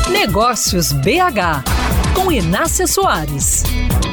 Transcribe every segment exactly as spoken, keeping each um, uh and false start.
Negócios B H, com Inácia Soares.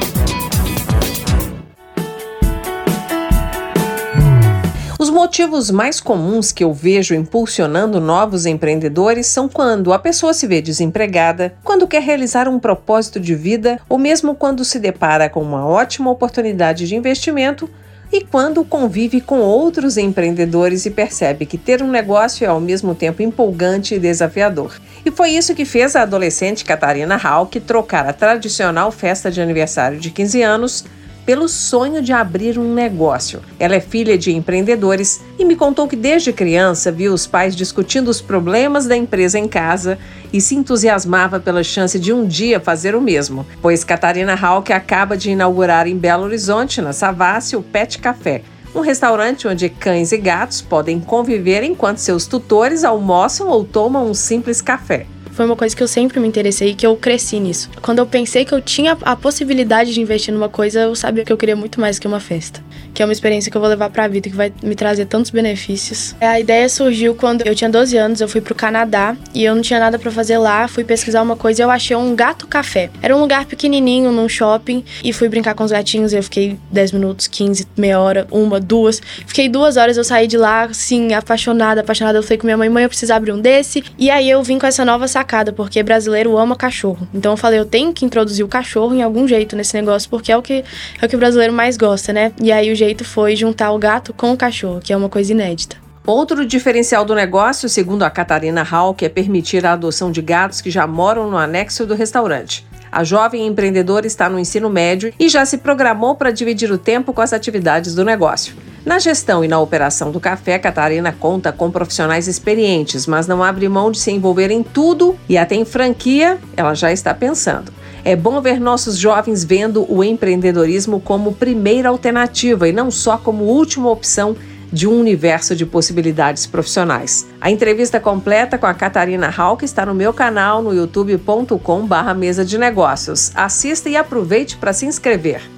Os motivos mais comuns que eu vejo impulsionando novos empreendedores são quando a pessoa se vê desempregada, quando quer realizar um propósito de vida ou mesmo quando se depara com uma ótima oportunidade de investimento e quando convive com outros empreendedores e percebe que ter um negócio é ao mesmo tempo empolgante e desafiador. E foi isso que fez a adolescente Catarina Hauck trocar a tradicional festa de aniversário de quinze anos pelo sonho de abrir um negócio. Ela é filha de empreendedores e me contou que desde criança viu os pais discutindo os problemas da empresa em casa e se entusiasmava pela chance de um dia fazer o mesmo, pois Catarina Hauck acaba de inaugurar em Belo Horizonte, na Savassi, o Pet Café, um restaurante onde cães e gatos podem conviver enquanto seus tutores almoçam ou tomam um simples café. Foi uma coisa que eu sempre me interessei e que eu cresci nisso. Quando eu pensei que eu tinha a possibilidade de investir numa coisa, eu sabia que eu queria muito mais que uma festa. Que é uma experiência que eu vou levar pra vida, que vai me trazer tantos benefícios. A ideia surgiu quando eu tinha doze anos, eu fui pro Canadá e eu não tinha nada pra fazer lá. Fui pesquisar uma coisa e eu achei um gato café. Era um lugar pequenininho, num shopping, e fui brincar com os gatinhos. Eu fiquei dez minutos, quinze, meia hora, uma, duas. Fiquei duas horas, eu saí de lá, assim, apaixonada, apaixonada. Eu falei com minha mãe, mãe, eu preciso abrir um desse. E aí eu vim com essa nova sacada, porque brasileiro ama cachorro. Então eu falei, eu tenho que introduzir o cachorro em algum jeito nesse negócio, porque é o que, é o que o brasileiro mais gosta, né? E aí o jeito foi juntar o gato com o cachorro, que é uma coisa inédita. Outro diferencial do negócio, segundo a Catarina Hauck, é permitir a adoção de gatos que já moram no anexo do restaurante. A jovem empreendedora está no ensino médio e já se programou para dividir o tempo com as atividades do negócio. Na gestão e na operação do café, Catarina conta com profissionais experientes, mas não abre mão de se envolver em tudo e até em franquia ela já está pensando. É bom ver nossos jovens vendo o empreendedorismo como primeira alternativa e não só como última opção de um universo de possibilidades profissionais. A entrevista completa com a Catarina Hauck está no meu canal no youtube ponto com barra mesa de negócios. Assista e aproveite para se inscrever.